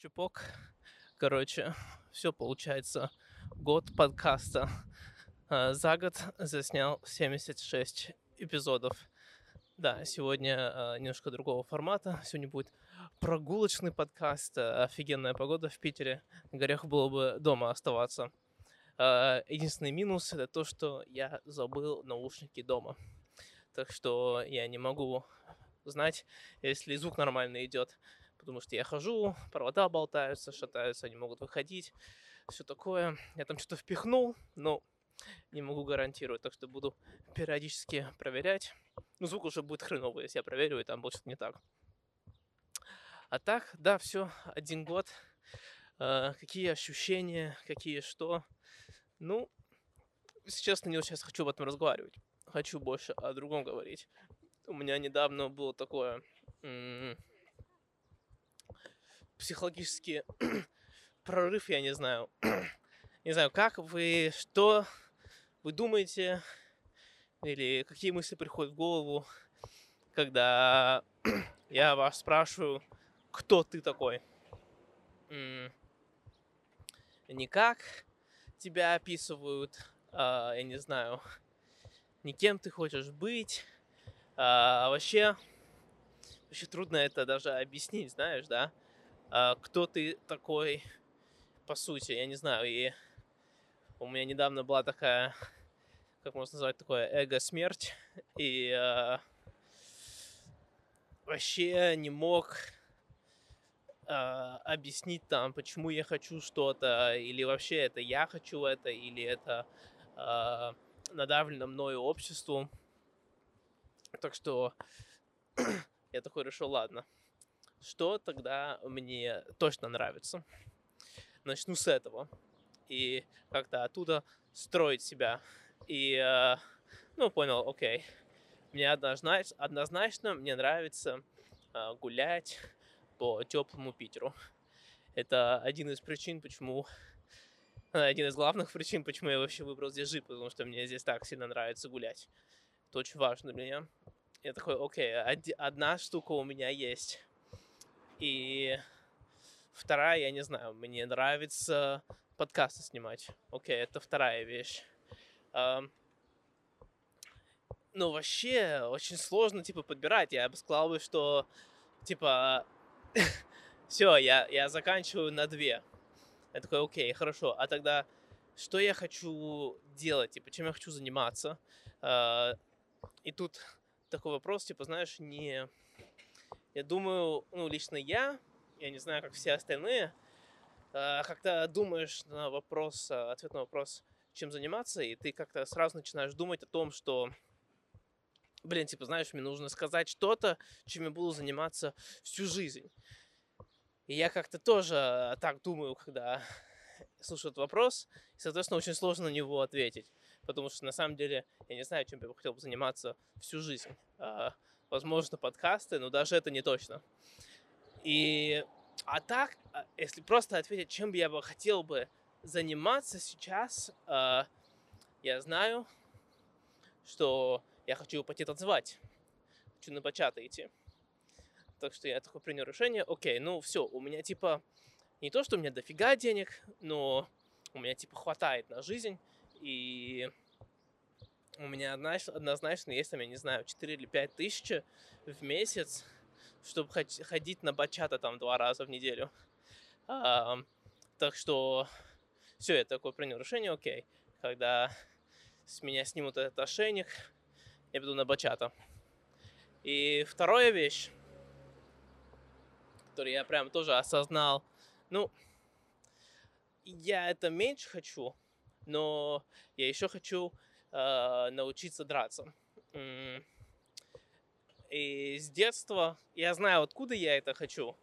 Чупок. Короче, все получается. Год подкаста. За год заснял 76 эпизодов. Да, сегодня немножко другого формата. Сегодня будет прогулочный подкаст. Офигенная погода в Питере. Горех было бы дома оставаться. Единственный минус — это то, что я забыл наушники дома. Так что я не могу знать, если звук нормально идет. Потому что я хожу, провода болтаются, шатаются, они могут выходить, все такое. Я там что-то впихнул, но не могу гарантировать, так что буду периодически проверять. Ну, звук уже будет хреновый, если я проверю, и там будет что-то не так. А так, да, все, 1 год. Какие ощущения, какие что. Ну, если честно, не очень сейчас хочу об этом разговаривать. Хочу больше о другом говорить. У меня недавно было такое психологический прорыв, я не знаю. Не знаю, как вы, что вы думаете, или какие мысли приходят в голову, когда я вас спрашиваю, кто ты такой. Не как тебя описывают, я не знаю, не кем ты хочешь быть, вообще трудно это даже объяснить, знаешь, да? Кто ты такой, по сути, я не знаю. И у меня недавно была такая, как можно назвать, такое эго-смерть. И вообще не мог объяснить там, почему я хочу что-то, или вообще это я хочу это, или это надавлено мною обществу. Так что я такой решил, ладно, что тогда мне точно нравится. Начну с этого. И как-то оттуда строить себя. И, понял, окей. Мне однозначно мне нравится гулять по теплому Питеру. Это один из главных причин, почему я вообще выбрал здесь жить, потому что мне здесь так сильно нравится гулять. Это очень важно для меня. Я такой, окей, одна штука у меня есть. И вторая, я не знаю, мне нравится подкасты снимать. Окей, это вторая вещь. Ну, вообще, очень сложно, подбирать. Я бы сказал, что, все, я заканчиваю на 2. Я такой, окей, хорошо. А тогда что я хочу делать? Чем я хочу заниматься? И тут такой вопрос, знаешь, не... Я думаю, лично я не знаю, как все остальные, как-то думаешь на вопрос, ответ на вопрос, чем заниматься, и ты как-то сразу начинаешь думать о том, что, знаешь, мне нужно сказать что-то, чем я буду заниматься всю жизнь. И я как-то тоже так думаю, когда слушаю этот вопрос, и, соответственно, очень сложно на него ответить, потому что, на самом деле, я не знаю, чем я хотел бы заниматься всю жизнь. Возможно, подкасты, но даже это не точно. А так, если просто ответить, чем бы я хотел бы заниматься сейчас, я знаю, что я хочу пойти танцевать. Хочу на бачата идти. Так что я такое принял решение. Окей, все, у меня не то, что у меня дофига денег, но у меня хватает на жизнь. И у меня однозначно есть, я не знаю, 4 или 5 тысяч в месяц, чтобы ходить на бачата 2 раза в неделю. Так что все, я такое принял решение, окей. Когда с меня снимут этот ошейник, я пойду на бачата. И вторая вещь, которую я прям тоже осознал, я это меньше хочу, но я еще хочу научиться драться. И с детства я знаю, откуда я это хочу.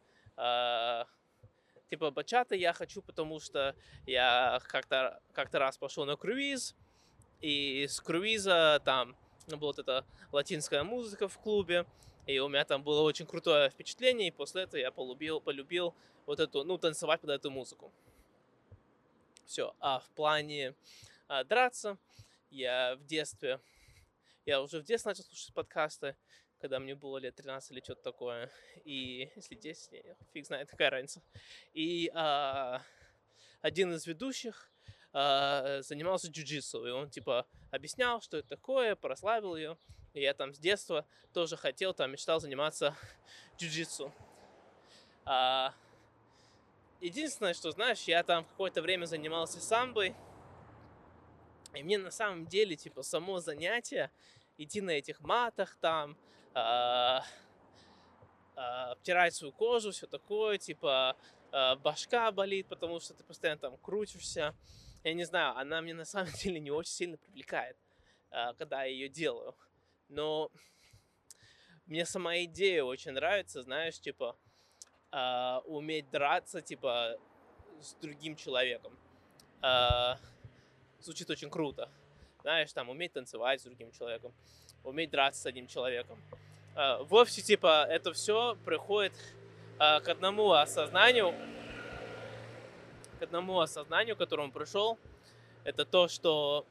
Бачата я хочу, потому что я как-то раз пошел на круиз, и с круиза там была вот эта латинская музыка в клубе, и у меня там было очень крутое впечатление, и после этого я полюбил вот эту, танцевать под эту музыку. Все. А в плане драться, я уже в детстве начал слушать подкасты, когда мне было лет 13 или что-то такое. И если 10, фиг знает, какая разница. И один из ведущих занимался джиу-джитсу, и он типа объяснял, что это такое, прославил ее. И я там с детства тоже хотел, там мечтал заниматься джиу-джитсу. Единственное, что, знаешь, я там какое-то время занимался самбой, и мне на самом деле, типа, само занятие, идти на этих матах там, обтирать свою кожу, все такое, типа, башка болит, потому что ты постоянно там крутишься. Я не знаю, она мне на самом деле не очень сильно привлекает, когда я ее делаю. Но мне сама идея очень нравится, знаешь, типа, уметь драться, типа, с другим человеком. Звучит очень круто. Знаешь, там, уметь танцевать с другим человеком, уметь драться с одним человеком. Вовсе, типа, это все приходит к одному осознанию, к которому пришел. Это то, что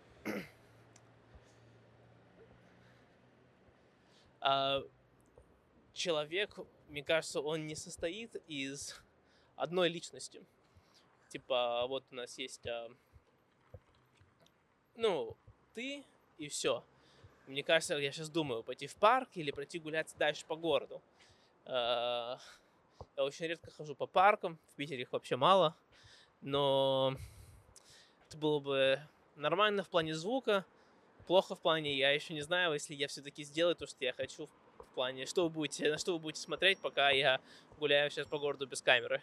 человек, мне кажется, он не состоит из одной личности. Типа, вот у нас есть, ты и все. Мне кажется, я сейчас думаю, пойти в парк или пройти гуляться дальше по городу. Я очень редко хожу по паркам, в Питере их вообще мало, но это было бы нормально в плане звука, плохо в плане, я еще не знаю, если я все-таки сделаю то, что я хочу, в плане, на что вы будете смотреть, пока я гуляю сейчас по городу без камеры.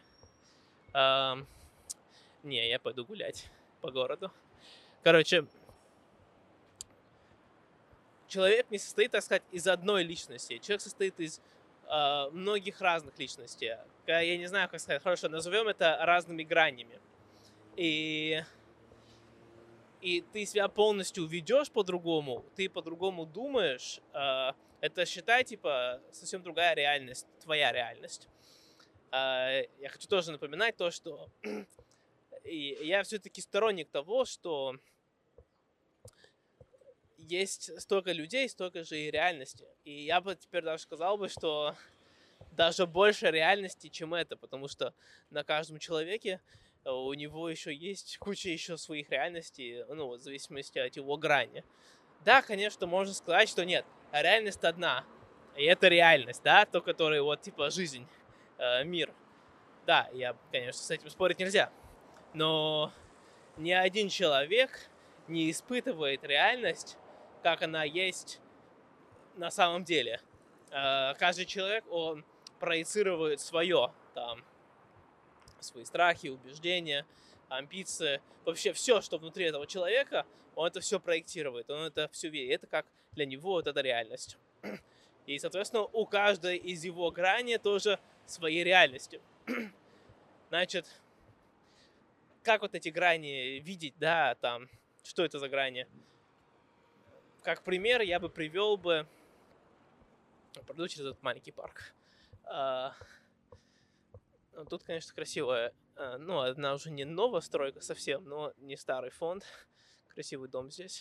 Не, я пойду гулять по городу. Короче, человек не состоит, так сказать, из одной личности. Человек состоит из многих разных личностей. Я не знаю, как сказать, хорошо, назовем это разными гранями. И ты себя полностью ведешь по-другому, ты по-другому думаешь. Это, считай, типа, совсем другая реальность, твоя реальность. Я хочу тоже напоминать то, что и я все-таки сторонник того, что есть столько людей, столько же и реальности. И я бы теперь даже сказал бы, что даже больше реальности, чем это, потому что на каждом человеке у него еще есть куча еще своих реальностей, в зависимости от его грани. Да, конечно, можно сказать, что нет, реальность одна, и это реальность, да, то, которая вот типа жизнь, мир. Да, конечно, с этим спорить нельзя, но ни один человек не испытывает реальность, как она есть на самом деле. Каждый человек, он проецирует свое, там, свои страхи, убеждения, амбиции, вообще все, что внутри этого человека, он это все проектирует, он это все видит. Это как для него вот эта реальность. И, соответственно, у каждой из его граней тоже свои реальности. Значит, как вот эти грани видеть, да, там, что это за грани? Как пример я бы привел бы, пройду через этот маленький парк. Тут, конечно, красивая, она уже не новая стройка совсем, но не старый фонд. Красивый дом здесь.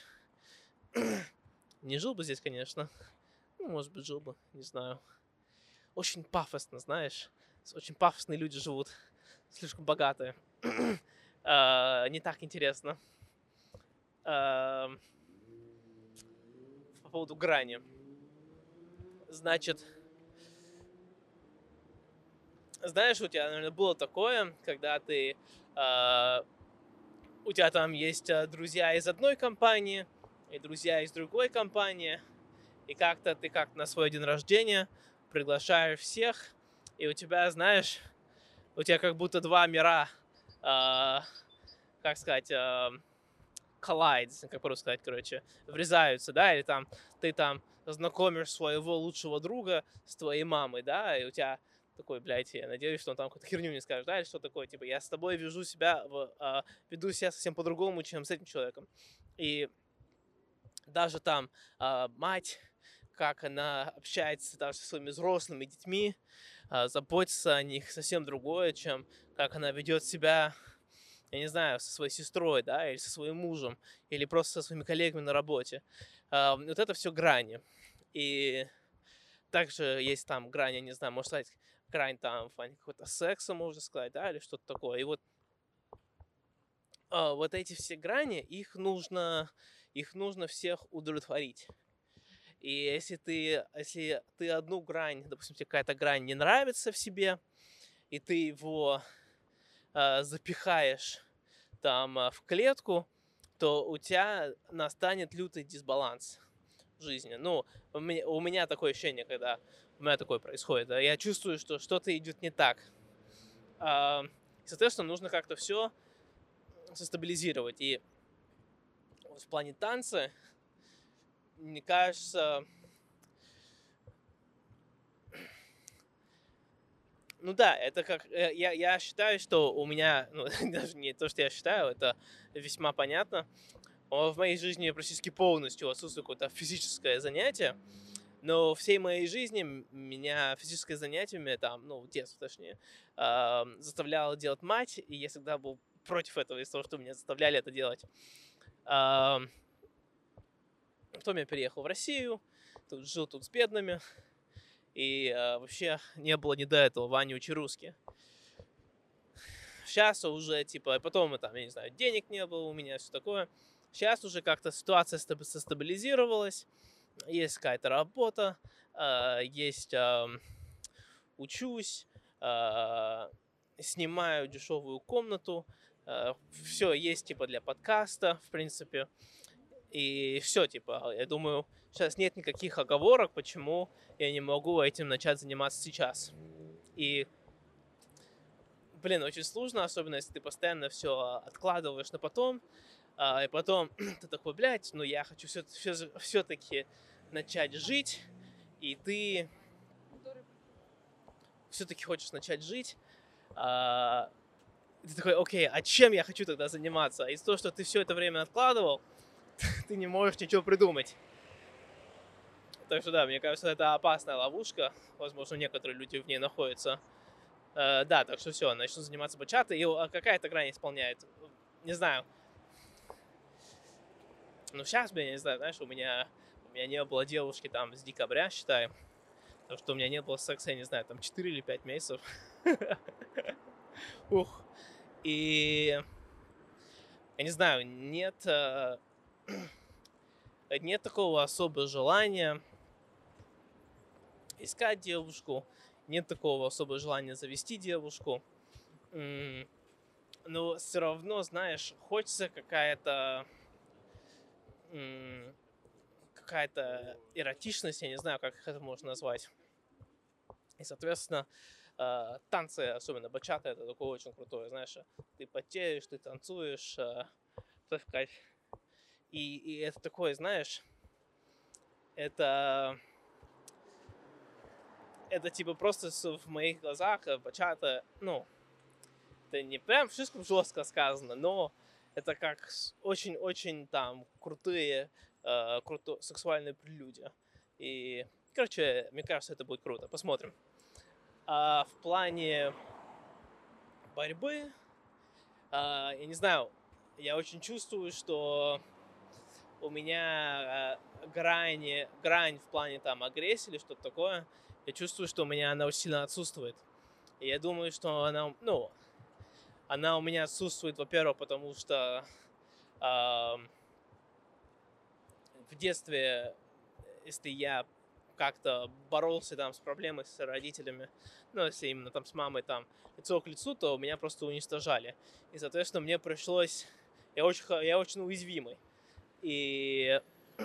Не жил бы здесь, конечно. Может быть, жил бы, не знаю. Очень пафосно, знаешь. Очень пафосные люди живут. Слишком богатые. Не так интересно. По поводу грани. Значит, знаешь, у тебя, наверное, было такое, когда ты... у тебя там есть друзья из одной компании и друзья из другой компании, и как-то ты на свой день рождения приглашаешь всех, и у тебя, знаешь, у тебя как будто два мира, как сказать, collides, как по-русски сказать, короче, врезаются, да, или там ты там знакомишь своего лучшего друга с твоей мамой, да, и у тебя такой, блядь, я надеюсь, что он там какую-то херню не скажет, да, или что такое, типа, я с тобой веду себя совсем по-другому, чем с этим человеком. И даже там мать, как она общается даже со своими взрослыми детьми, заботится о них совсем другое, чем как она ведет себя, я не знаю, со своей сестрой, да, или со своим мужем, или просто со своими коллегами на работе. Вот это все грани. И также есть там грань, я не знаю, можно сказать, грань там в плане какого-то секса, можно сказать, да, или что-то такое. И вот вот эти все грани, их нужно всех удовлетворить. И если ты одну грань, допустим, тебе какая-то грань не нравится в себе, и ты его запихаешь там в клетку, то у тебя настанет лютый дисбаланс в жизни. Ну, у меня такое ощущение, когда у меня такое происходит. Да, я чувствую, что что-то идет не так. Соответственно, нужно как-то все застабилизировать. И вот в плане танца, мне кажется, ну да, это как... Я считаю, что у меня... Ну, даже не то, что я считаю, это весьма понятно. В моей жизни практически полностью отсутствует какое-то физическое занятие. Но всей моей жизни меня физическое занятие, меня там, ну, в детстве точнее, заставляла делать мать. И я всегда был против этого, из-за того, что меня заставляли это делать. Потом я переехал в Россию, тут жил тут с бедными. И вообще не было ни до этого Вани учи русский. Сейчас уже, типа, потом, там, я не знаю, денег не было у меня, все такое. Сейчас уже как-то ситуация стабилизировалась. Есть какая-то работа, есть учусь, снимаю дешевую комнату. Все есть, типа, для подкаста, в принципе. И все, типа, я думаю, сейчас нет никаких оговорок, почему я не могу этим начать заниматься сейчас. И, блин, очень сложно, особенно если ты постоянно все откладываешь на потом, и потом ты такой, блядь, ну я хочу все-таки начать жить, и ты все-таки хочешь начать жить, ты такой, окей, а чем я хочу тогда заниматься? Из-за того, что ты все это время откладывал, ты не можешь ничего придумать. Так что да, мне кажется, это опасная ловушка. Возможно, некоторые люди в ней находятся. Да, так что все, начну заниматься бачатой. И какая-то грань исполняет. Не знаю. Ну, сейчас, я не знаю, знаешь, у меня не было девушки там с декабря, считай. Потому что у меня не было секса, я не знаю, там 4 или 5 месяцев. Ух. И я не знаю, нет такого особого желания искать девушку, нет такого особого желания завести девушку. Но все равно, знаешь, хочется какая-то эротичность, я не знаю, как это можно назвать. И, соответственно, танцы, особенно бачата, это такое очень крутое, знаешь, ты потеешь, ты танцуешь, в кайф. И это такое, знаешь, это типа просто в моих глазах бачата, ну, это не прям слишком жестко сказано, но это как очень-очень там крутые, сексуальные прелюдия. И, короче, мне кажется, это будет круто. Посмотрим. А в плане борьбы, я не знаю, я очень чувствую, что у меня грань в плане там агрессии или что-то такое, я чувствую, что у меня она очень сильно отсутствует. И я думаю, что она у меня отсутствует, во-первых, потому что в детстве, если я как-то боролся там с проблемой с родителями, ну, если именно там с мамой там лицо к лицу, то меня просто уничтожали. И, соответственно, мне пришлось... Я очень уязвимый. И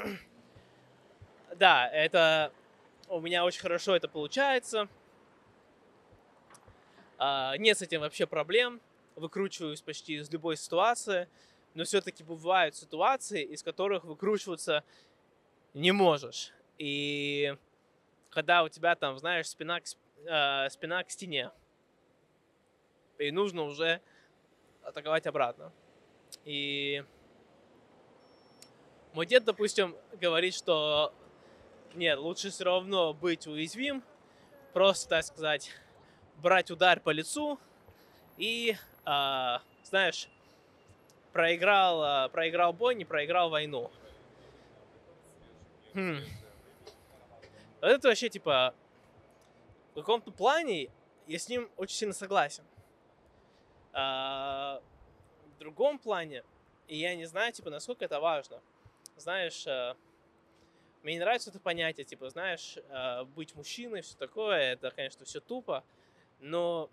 да, это у меня очень хорошо это получается. Нет с этим вообще проблем. Выкручиваюсь почти из любой ситуации. Но все-таки бывают ситуации, из которых выкручиваться не можешь. И когда у тебя там, знаешь, спина к стене, и нужно уже атаковать обратно. И мой дед, допустим, говорит, что нет, лучше все равно быть уязвим, просто, так сказать, брать удар по лицу и, знаешь, проиграл бой, не проиграл войну. Вот это вообще, типа, в каком-то плане я с ним очень сильно согласен. В другом плане, и я не знаю, типа, насколько это важно. Знаешь, мне не нравится это понятие, типа, знаешь, быть мужчиной, все такое, это, конечно, все тупо, но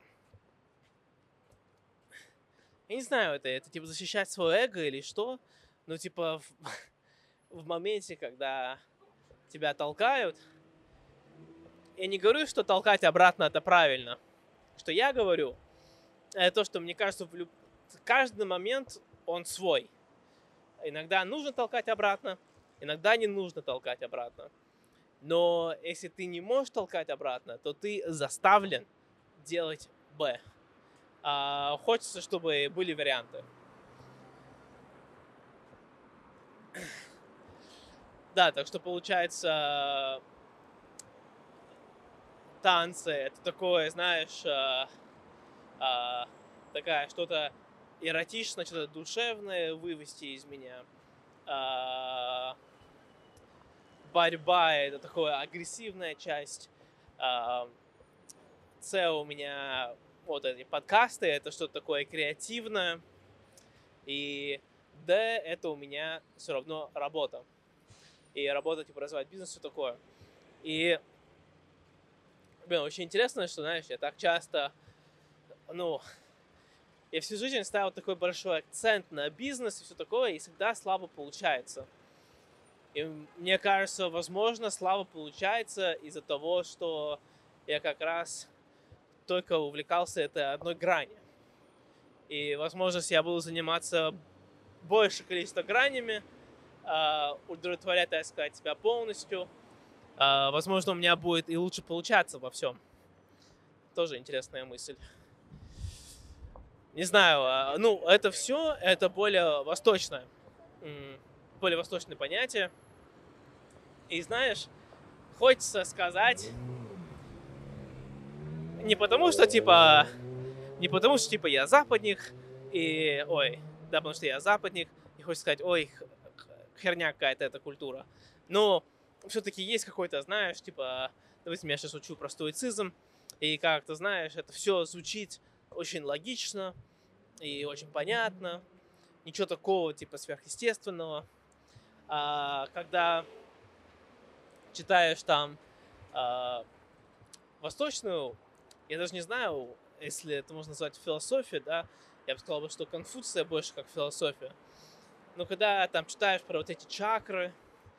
я не знаю, это типа защищать свое эго или что, но типа в моменте, когда тебя толкают, я не говорю, что толкать обратно это правильно. Что я говорю, это то, что мне кажется, каждый момент он свой. Иногда нужно толкать обратно, иногда не нужно толкать обратно. Но если ты не можешь толкать обратно, то ты заставлен делать Б. Хочется, чтобы были варианты. Да, так что получается танцы, это такое, знаешь, такая что-то эротичное, что-то душевное вывести из меня. Борьба — это такая агрессивная часть. С у меня вот эти подкасты, это что-то такое креативное. И Д — это у меня все равно работа. И работа, типа, развивать бизнес, все такое. И, блин, очень интересно, что, знаешь, я так часто, я всю жизнь ставил такой большой акцент на бизнес и все такое, и всегда слабо получается. И мне кажется, возможно, слабо получается из-за того, что я как раз только увлекался этой одной грани. И, возможно, если я буду заниматься больше количества гранями, удовлетворять, так сказать, себя полностью, возможно, у меня будет и лучше получаться во всем. Тоже интересная мысль. Не знаю, это все, это более восточное понятие. И знаешь, хочется сказать, не потому что, типа, я западник, потому что я западник, и хочется сказать, ой, херня какая-то эта культура. Но все-таки есть какой-то, знаешь, типа, допустим, я сейчас учу про стоицизм, и как ты знаешь, это все звучит очень логично и очень понятно, ничего такого, типа, сверхъестественного. Когда читаешь там восточную, я даже не знаю, если это можно назвать философией, да, я бы сказал, что Конфуция больше как философия. Но когда там читаешь про вот эти чакры,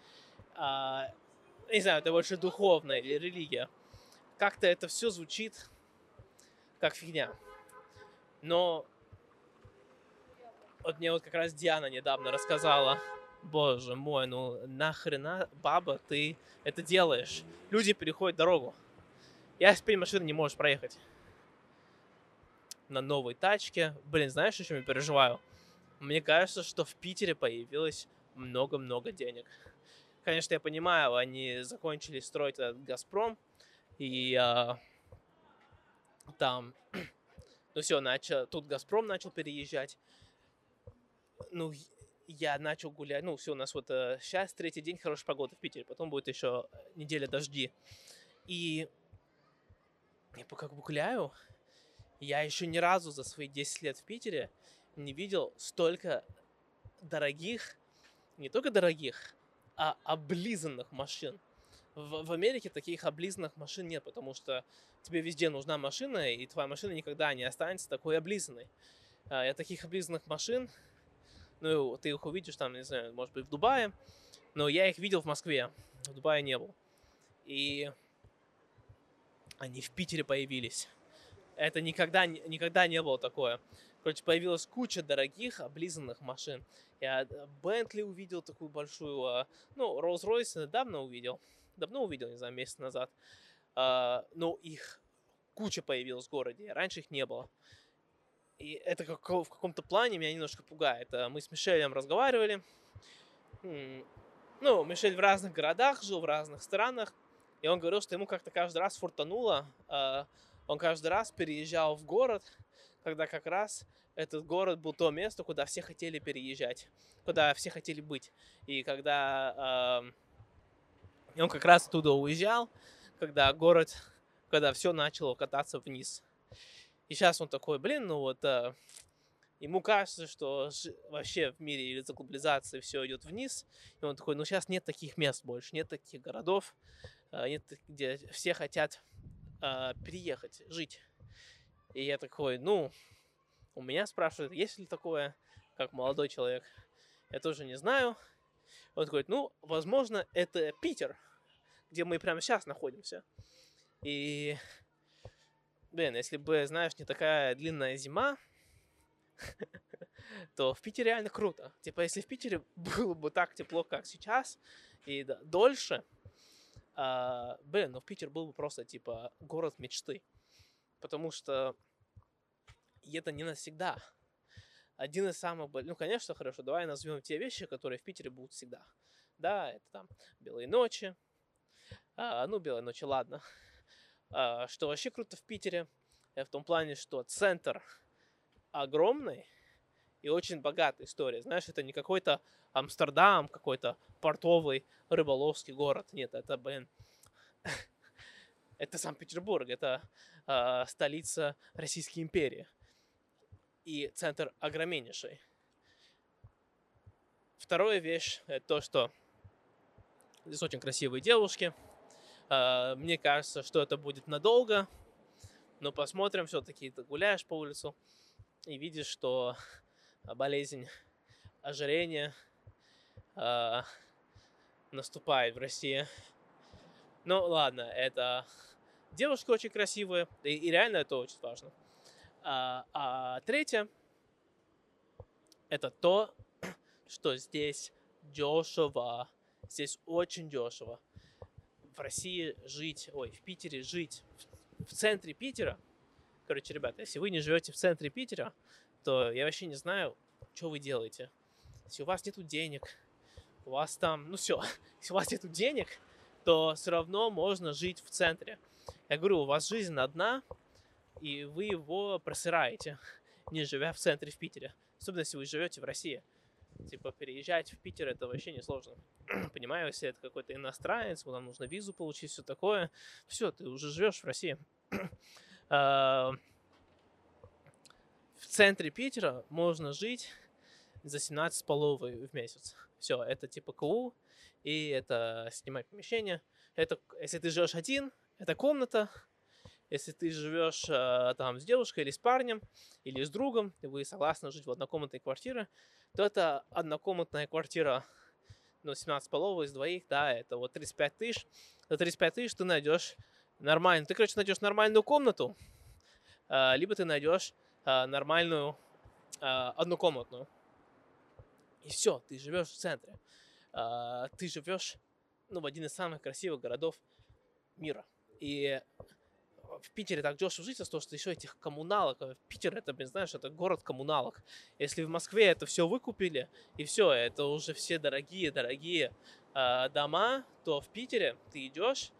не знаю, это больше духовная или религия, как-то это все звучит как фигня. Но вот мне вот как раз Диана недавно рассказала, боже мой, нахрена, баба, ты это делаешь? Люди переходят дорогу. Я теперь машины не можешь проехать. На новой тачке. Блин, знаешь, о чем я переживаю? Мне кажется, что в Питере появилось много-много денег. Конечно, я понимаю, они закончили строить этот «Газпром», и там, тут «Газпром» начал переезжать. Я начал гулять, все, у нас вот сейчас третий день хорошей погоды в Питере, потом будет еще неделя дожди. И я как бы гуляю, я еще ни разу за свои 10 лет в Питере не видел столько дорогих, не только дорогих, а облизанных машин. В Америке таких облизанных машин нет, потому что тебе везде нужна машина, и твоя машина никогда не останется такой облизанной. Я таких облизанных машин, ты их увидишь там, не знаю, может быть, в Дубае, но я их видел в Москве, в Дубае не был. И они в Питере появились. Это никогда не было такое. Короче, появилась куча дорогих облизанных машин. Я Бентли увидел такую большую, Rolls-Royce давно увидел, не знаю, месяц назад. Но их куча появилась в городе, раньше их не было. И это в каком-то плане меня немножко пугает. Мы с Мишелем разговаривали. Мишель в разных городах жил, в разных странах. И он говорил, что ему как-то каждый раз фортануло. Он каждый раз переезжал в город, когда как раз этот город был то место, куда все хотели переезжать, куда все хотели быть. И когда И он как раз оттуда уезжал, когда когда все начало кататься вниз. И сейчас он такой, ему кажется, что вообще в мире из-за глобализации все идет вниз. И он такой, сейчас нет таких мест больше, нет таких городов, нет, где все хотят переехать, жить. И я такой, у меня спрашивают, есть ли такое, как молодой человек. Я тоже не знаю. Он такой, возможно, это Питер, где мы прямо сейчас находимся. И, если бы, знаешь, не такая длинная зима, то в Питере реально круто. Типа, если в Питере было бы так тепло, как сейчас, и дольше, в Питер был бы просто, типа, город мечты. Потому что это не навсегда. Один из самых больших... конечно, хорошо, давай назовем те вещи, которые в Питере будут всегда. Да, это там белые ночи. Белые ночи, ладно. Что вообще круто в Питере, в том плане, что центр огромный и очень богатая история. Знаешь, это не какой-то Амстердам, какой-то портовый рыболовский город. Нет, это, это Санкт-Петербург, это столица Российской империи. И центр огромнейший. Вторая вещь, это то, что здесь очень красивые девушки. Мне кажется, что это будет надолго. Но посмотрим, все-таки ты гуляешь по улицу и видишь, что болезнь ожирения наступает в России. Ладно, это девушки очень красивые, и реально это очень важно. Третье, это то, что здесь дешево. Здесь очень дешево. В Питере жить, в центре Питера. Короче, ребята, если вы не живете в центре Питера, то я вообще не знаю, что вы делаете. Если у вас нету денег, у вас там, все. Если у вас нету денег, то все равно можно жить в центре. Я говорю, у вас жизнь одна, и вы его просираете, не живя в центре в Питере. Особенно, если вы живете в России. Типа, переезжать в Питер, это вообще не сложно. Понимаю, если это какой-то иностранец, вам нужно визу получить, все такое. Все, ты уже живешь в России. В центре Питера можно жить за 17,5 в месяц. Все, это типа КУ, и это снимать помещение. Это, если ты живешь один, это комната. Если ты живешь там с девушкой или с парнем, или с другом, и вы согласны жить в однокомнатной квартире, то это однокомнатная квартира, 17,5 из двоих, да, это вот 35 тысяч. За 35 тысяч ты найдешь нормальную, найдешь нормальную комнату, либо ты найдешь нормальную однокомнатную. И все, ты живешь в центре. Ты живешь, в один из самых красивых городов мира. И в Питере так дешево жить, за то, что еще этих коммуналок. Питер, это, знаешь, это город коммуналок. Если в Москве это все выкупили, и все, это уже все дорогие дома, то в Питере ты идешь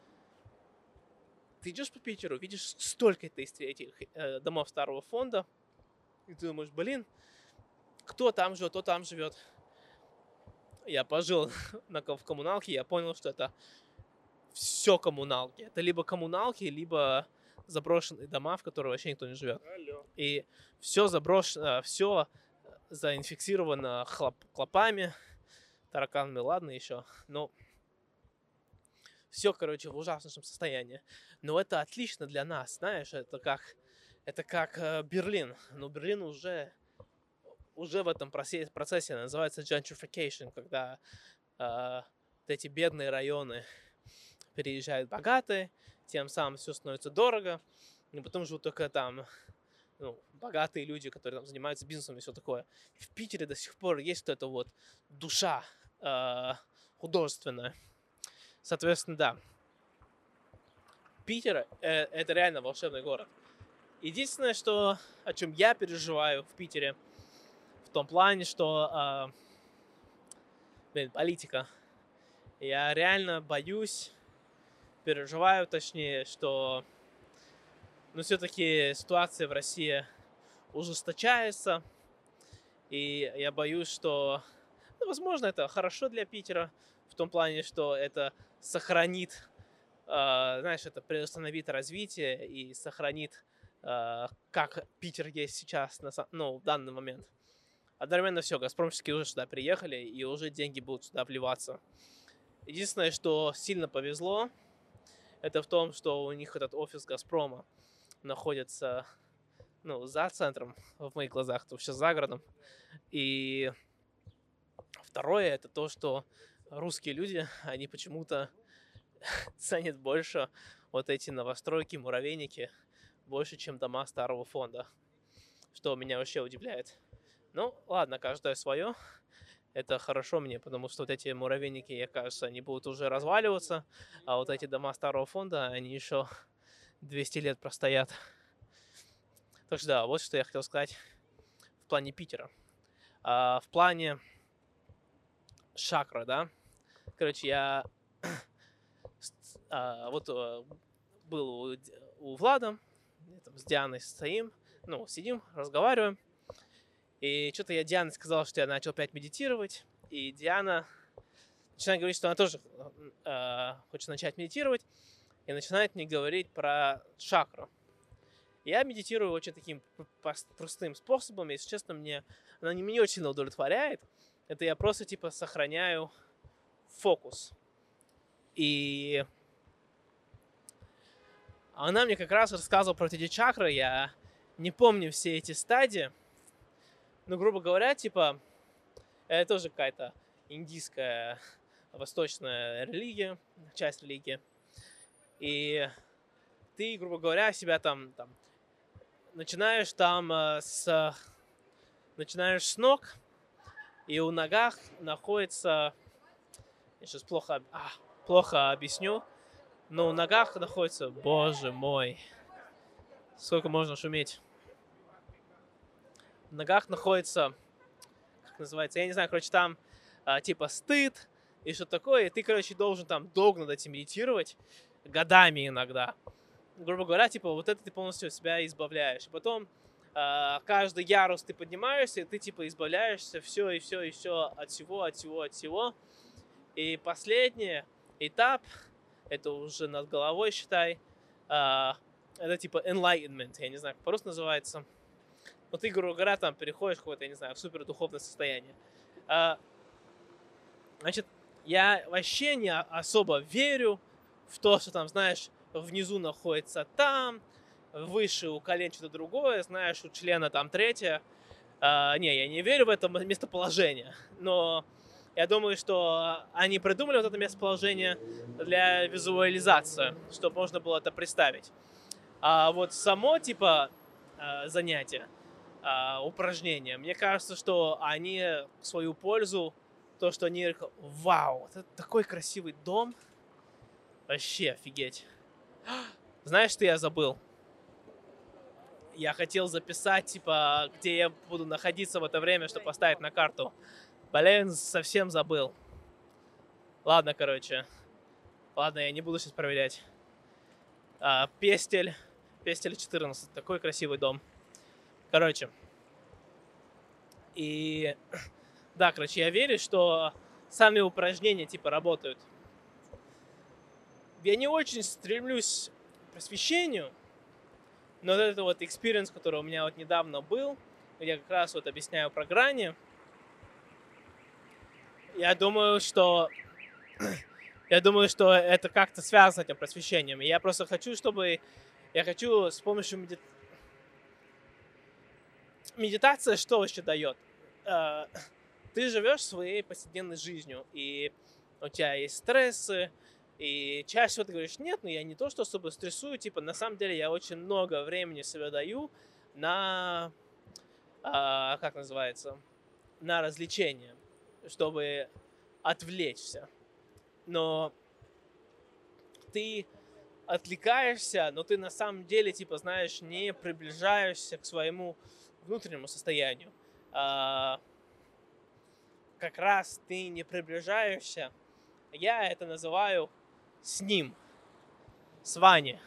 по Питеру, видишь столько-то этих домов старого фонда, и ты думаешь, кто там живет. Я пожил в коммуналке, я понял, что это все коммуналки. Это либо коммуналки, либо заброшенные дома, в которых вообще никто не живет. И все заброшено, все заинфицировано клопами, тараканами, ладно еще. Но все, в ужаснейшем состоянии. Но это отлично для нас, знаешь, это как Берлин. Но Берлин уже в этом процессе называется gentrification, когда эти бедные районы переезжают богатые, тем самым все становится дорого, и потом живут только там богатые люди, которые там занимаются бизнесом и все такое. В Питере до сих пор есть эта вот душа художественная. Соответственно, да. Питер это реально волшебный город. Единственное, о чем я переживаю в Питере, в том плане, что политика. Я реально переживаю, точнее, что все-таки ситуация в России ужесточается, и я боюсь, что, возможно, это хорошо для Питера, в том плане, что это сохранит, знаешь, это приостановит развитие и сохранит, как Питер есть сейчас, в данный момент. Одновременно все, газпромщики уже сюда приехали, и уже деньги будут сюда вливаться. Единственное, что сильно повезло, это в том, что у них этот офис Газпрома находится, за центром, в моих глазах, то вообще за городом. И второе, это то, что русские люди, они почему-то ценят больше вот эти новостройки, муравейники, больше, чем дома старого фонда, что меня вообще удивляет. Ну, ладно, каждое свое. Это хорошо мне, потому что вот эти муравейники, мне кажется, они будут уже разваливаться, а вот эти дома старого фонда, они еще 200 лет простоят. Так что да, вот что я хотел сказать в плане Питера. В плане Шакра, да. Короче, я был у Влада, с Дианой стоим, сидим, разговариваем. И что-то я Диане сказал, что я начал опять медитировать. И Диана начинает говорить, что она тоже хочет начать медитировать. И начинает мне говорить про чакру. Я медитирую очень таким простым способом. Если честно, она не очень сильно удовлетворяет. Это я просто сохраняю фокус. И она мне как раз рассказывала про эти чакры. Я не помню все эти стадии. Но, грубо говоря, это тоже какая-то индийская, восточная религия, часть религии. И ты, грубо говоря, себя начинаешь с ног, и у ногах находится, я сейчас плохо объясню, но у ногах находится, боже мой, сколько можно шуметь. В ногах находится, как называется, я не знаю, там стыд и что такое, и ты, должен долго над этим медитировать, годами иногда. Грубо говоря, вот это ты полностью себя избавляешь. И потом каждый ярус ты поднимаешься, и ты избавляешься все от всего. И последний этап, это уже над головой, считай, это enlightenment, я не знаю, как по-русски называется. Но ты, грубо говоря, переходишь в какое-то, я не знаю, в супердуховное состояние. Значит, я вообще не особо верю в то, что знаешь, внизу находится выше у колен что-то другое, знаешь, у члена третье. Не, я не верю в это местоположение, но я думаю, что они придумали вот это местоположение для визуализации, чтобы можно было это представить. А вот само, занятие, упражнения, мне кажется, что они в свою пользу, то, что они, вау, это такой красивый дом, вообще офигеть. Знаешь, что я забыл? Я хотел записать, где я буду находиться в это время, чтобы поставить на карту. Блин, совсем забыл. Ладно, я не буду сейчас проверять. Пестель 14. Такой красивый дом. И да, я верю, что сами упражнения, работают. Я не очень стремлюсь к просвещению, но вот это вот experience, который у меня недавно был, где я как раз объясняю про грани, я думаю, что это как-то связано с этим просвещением. И я просто хочу, с помощью медитация что вообще дает? Ты живешь своей повседневной жизнью, и у тебя есть стрессы, и чаще всего ты говоришь, нет, я не то, что особо стрессую, на самом деле я очень много времени себе даю на, на развлечения, чтобы отвлечься. Но ты отвлекаешься, но ты на самом деле, знаешь, не приближаешься к своему внутреннему состоянию. Как раз ты не приближаешься. Я это называю с ним, с Ваней.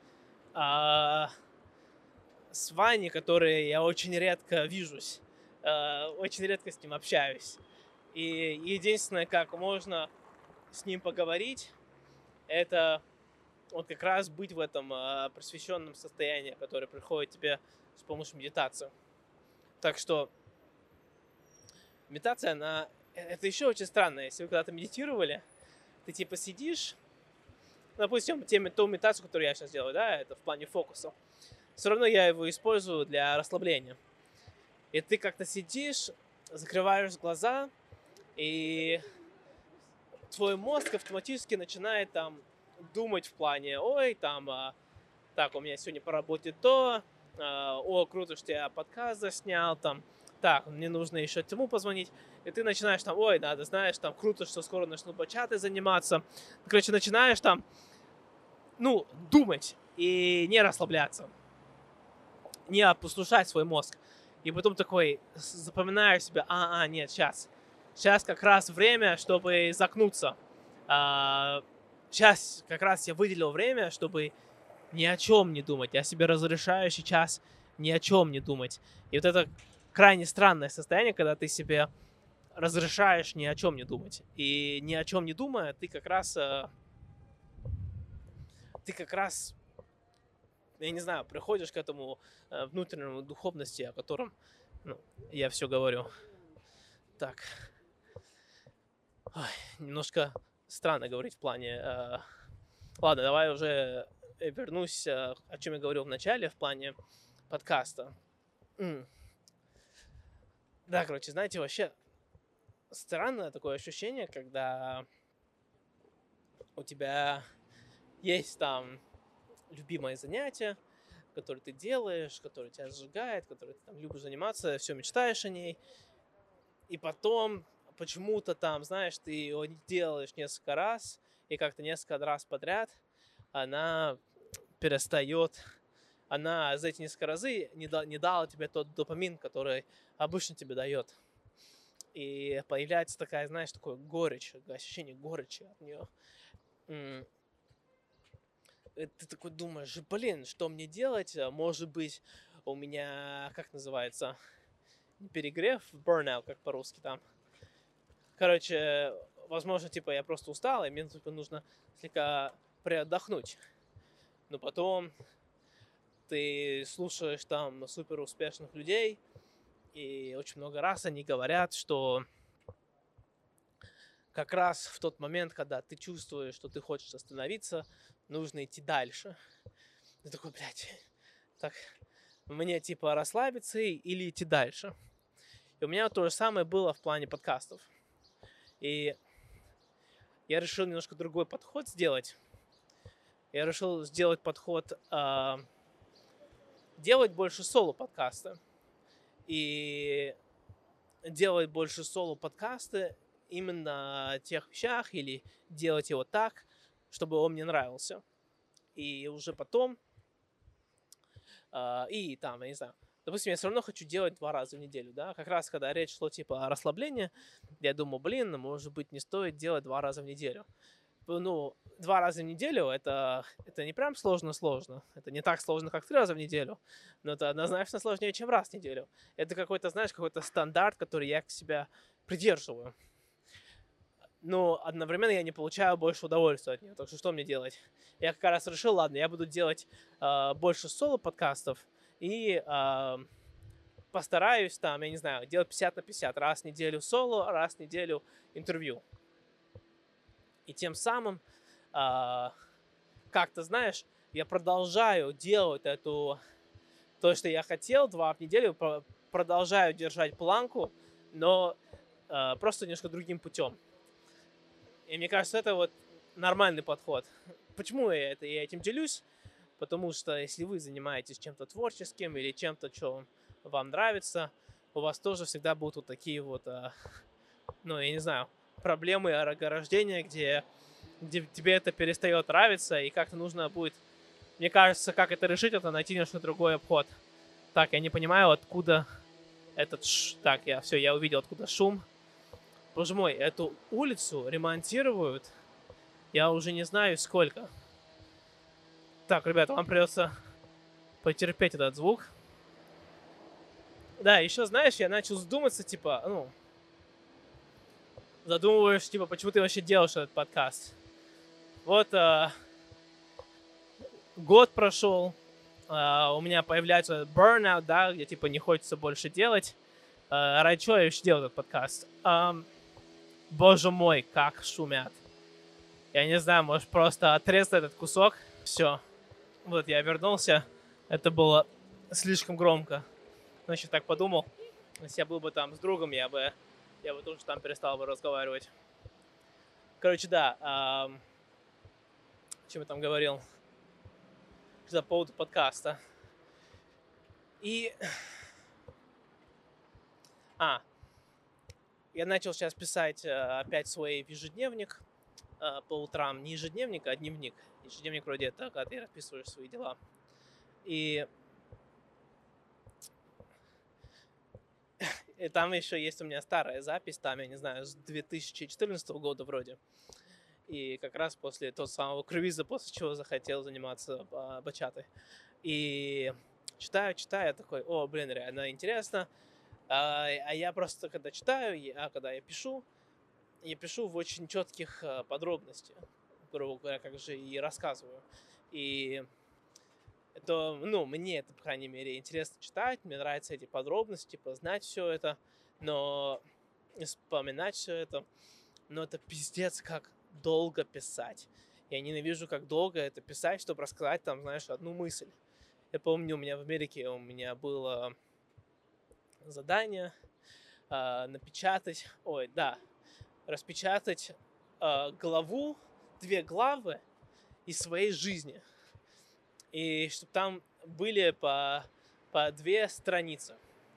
С Ваней, который я очень редко вижусь, очень редко с ним общаюсь. И единственное, как можно с ним поговорить, это вот как раз быть в этом просвещенном состоянии, которое приходит тебе с помощью медитации. Так что медитация, это еще очень странно. Если вы когда-то медитировали, ты типа сидишь, допустим, ту медитацию, которую я сейчас делаю, да, это в плане фокуса. Все равно я его использую для расслабления. И ты как-то сидишь, закрываешь глаза, и твой мозг автоматически начинает там думать в плане, ой, там, так, у меня сегодня по работе то, о, круто, что я подкаст заснял, там, так, мне нужно еще тому позвонить. И ты начинаешь там, ой, надо, знаешь, там, круто, что скоро начну бачатой заниматься. Короче, начинаешь там, думать и не расслабляться, не опустошать свой мозг. И потом такой запоминаешь себе, нет, сейчас как раз время, чтобы закнуться. Сейчас как раз я выделил время, чтобы ни о чем не думать. Я себе разрешаю сейчас ни о чем не думать. И вот это крайне странное состояние, когда ты себе разрешаешь ни о чем не думать. И ни о чем не думая, ты как раз, я не знаю, приходишь к этому внутреннему духовности, о котором я все говорю. Так. Ой, немножко странно говорить в плане... Ладно, давай уже вернусь, о чем я говорил в начале, в плане подкаста. Да, короче, знаете, вообще странное такое ощущение, когда у тебя есть там любимое занятие, которое ты делаешь, которое тебя сжигает, которое ты там любишь заниматься, все мечтаешь о ней, и потом почему-то там, знаешь, ты его делаешь несколько раз, и как-то несколько раз подряд она перестает, она за эти несколько раз не дала тебе тот допамин, который обычно тебе дает. И появляется такая, знаешь, такое горечь, ощущение горечи от нее. И ты такой думаешь, блин, что мне делать? Может быть, у меня, как называется, перегрев, burnout, как по-русски там. Короче, возможно, типа я просто устал, и мне типа нужно слегка приотдохнуть. Но потом ты слушаешь там супер успешных людей, и очень много раз они говорят, что как раз в тот момент, когда ты чувствуешь, что ты хочешь остановиться, нужно идти дальше. Ты такой, блядь, так, мне типа расслабиться или идти дальше. И у меня то же самое было в плане подкастов. И я решил немножко другой подход сделать. Я решил сделать подход делать больше соло-подкаста. И делать больше соло-подкаста именно о тех вещах или делать его так, чтобы он мне нравился. И уже потом, и там, я не знаю, допустим, я все равно хочу делать 2 раза в неделю, да, как раз когда речь шла типа о расслаблении, я думал, блин, может быть, не стоит делать 2 раза в неделю. 2 раза в неделю это не прям сложно. Это не так сложно, как 3 раза в неделю, но это однозначно сложнее, чем раз в неделю. Это какой-то, знаешь, какой-то стандарт, который я к себя придерживаю. Но одновременно я не получаю больше удовольствия от нее. Так что мне делать? Я как раз решил, ладно, я буду делать больше соло-подкастов и постараюсь там, я не знаю, делать 50 на 50. Раз в неделю соло, раз в неделю интервью. И тем самым, как-то, знаешь, я продолжаю делать то, что я хотел 2 в неделю, продолжаю держать планку, но просто немножко другим путем. И мне кажется, это вот нормальный подход. Почему я этим делюсь? Потому что если вы занимаетесь чем-то творческим или чем-то, что вам нравится, у вас тоже всегда будут вот такие вот, я не знаю, проблемы рождения, где тебе это перестает нравиться, и как-то нужно будет, мне кажется, как это решить, это найти немножко другой обход. Так, я не понимаю, откуда этот Так, я увидел, откуда шум. Боже мой, эту улицу ремонтируют, я уже не знаю сколько. Так, ребята, вам придется потерпеть этот звук. Да, еще, знаешь, я начал задуматься, задумываешь, почему ты вообще делаешь этот подкаст. Вот год прошел, у меня появляется burnout, да, где типа не хочется больше делать. Ради чего я еще делаю этот подкаст? Боже мой, как шумят. Я не знаю, может просто отрезать этот кусок. Все, вот я вернулся. Это было слишком громко. Значит, так подумал. Если я был бы там с другом, я бы тоже там перестал бы разговаривать. Короче, да. О чем я там говорил? По поводу подкаста. И... Я начал сейчас писать опять свой ежедневник по утрам. Не ежедневник, а дневник. Ежедневник вроде это, когда ты расписываешь свои дела. И там еще есть у меня старая запись, там, я не знаю, с 2014 года вроде. И как раз после того самого круиза, после чего захотел заниматься бачатой. И читаю, я такой, о, блин, реально интересно. А я просто, когда читаю, когда я пишу в очень четких подробностях, грубо говоря, как же и рассказываю. И это, мне это, по крайней мере, интересно читать, мне нравятся эти подробности, типа, знать все это, но вспоминать все это, но это пиздец, как долго писать. Я ненавижу, как долго это писать, чтобы рассказать там, знаешь, одну мысль. Я помню, у меня в Америке было задание распечатать главу, 2 главы из своей жизни. И чтобы там были по 2 страницы.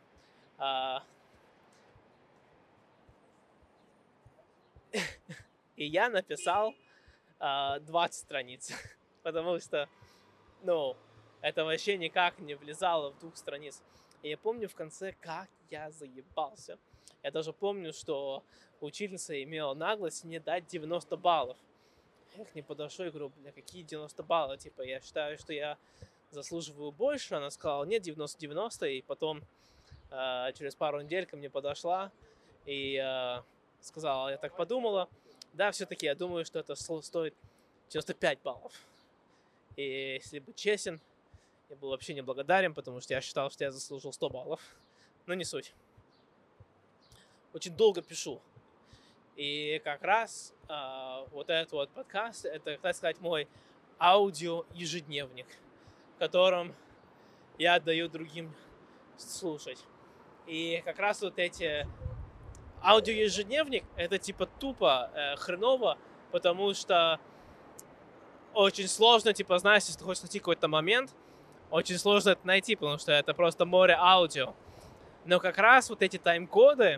И я написал 20 страниц, потому что, это вообще никак не влезало в 2 страниц. И я помню в конце, как я заебался. Я даже помню, что учительница имела наглость мне дать 90 баллов. Я к ней подошел и говорю, бля, какие 90 баллов? Типа, я считаю, что я заслуживаю больше. Она сказала, нет, 90-90. И потом через пару недель ко мне подошла и сказала, я так подумала, да, все-таки я думаю, что это стоит 95 баллов. И если быть честен, я был вообще неблагодарен, потому что я считал, что я заслужил 100 баллов. Но не суть. Очень долго пишу. И как раз вот этот вот подкаст, это, так сказать, мой аудио-ежедневник, в котором я отдаю другим слушать. И как раз вот эти аудио-ежедневник, это типа тупо хреново, потому что очень сложно, типа, знаешь, если ты хочешь найти какой-то момент, очень сложно это найти, потому что это просто море аудио. Но как раз вот эти тайм-коды,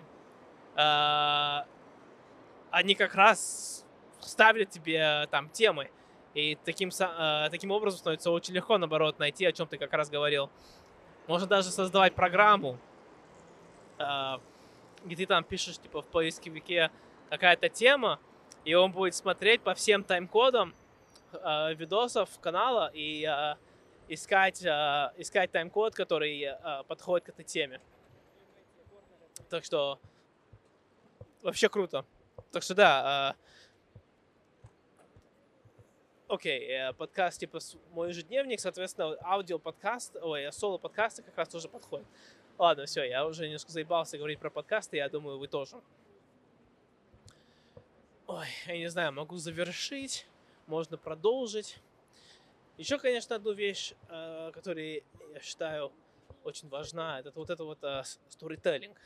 они как раз ставят тебе там темы. И таким образом становится очень легко, наоборот, найти, о чем ты как раз говорил. Можно даже создавать программу, где ты там пишешь, типа, в поисковике какая-то тема, и он будет смотреть по всем тайм-кодам видосов канала и искать тайм-код, который подходит к этой теме. Так что вообще круто. Так что да, окей, подкаст типа мой ежедневник, соответственно, аудиоподкаст, соло-подкасты как раз тоже подходит. Ладно, все, я уже немножко заебался говорить про подкасты, я думаю, вы тоже. Ой, я не знаю, могу завершить, можно продолжить. Еще, конечно, одну вещь, которую я считаю очень важна, это вот storytelling.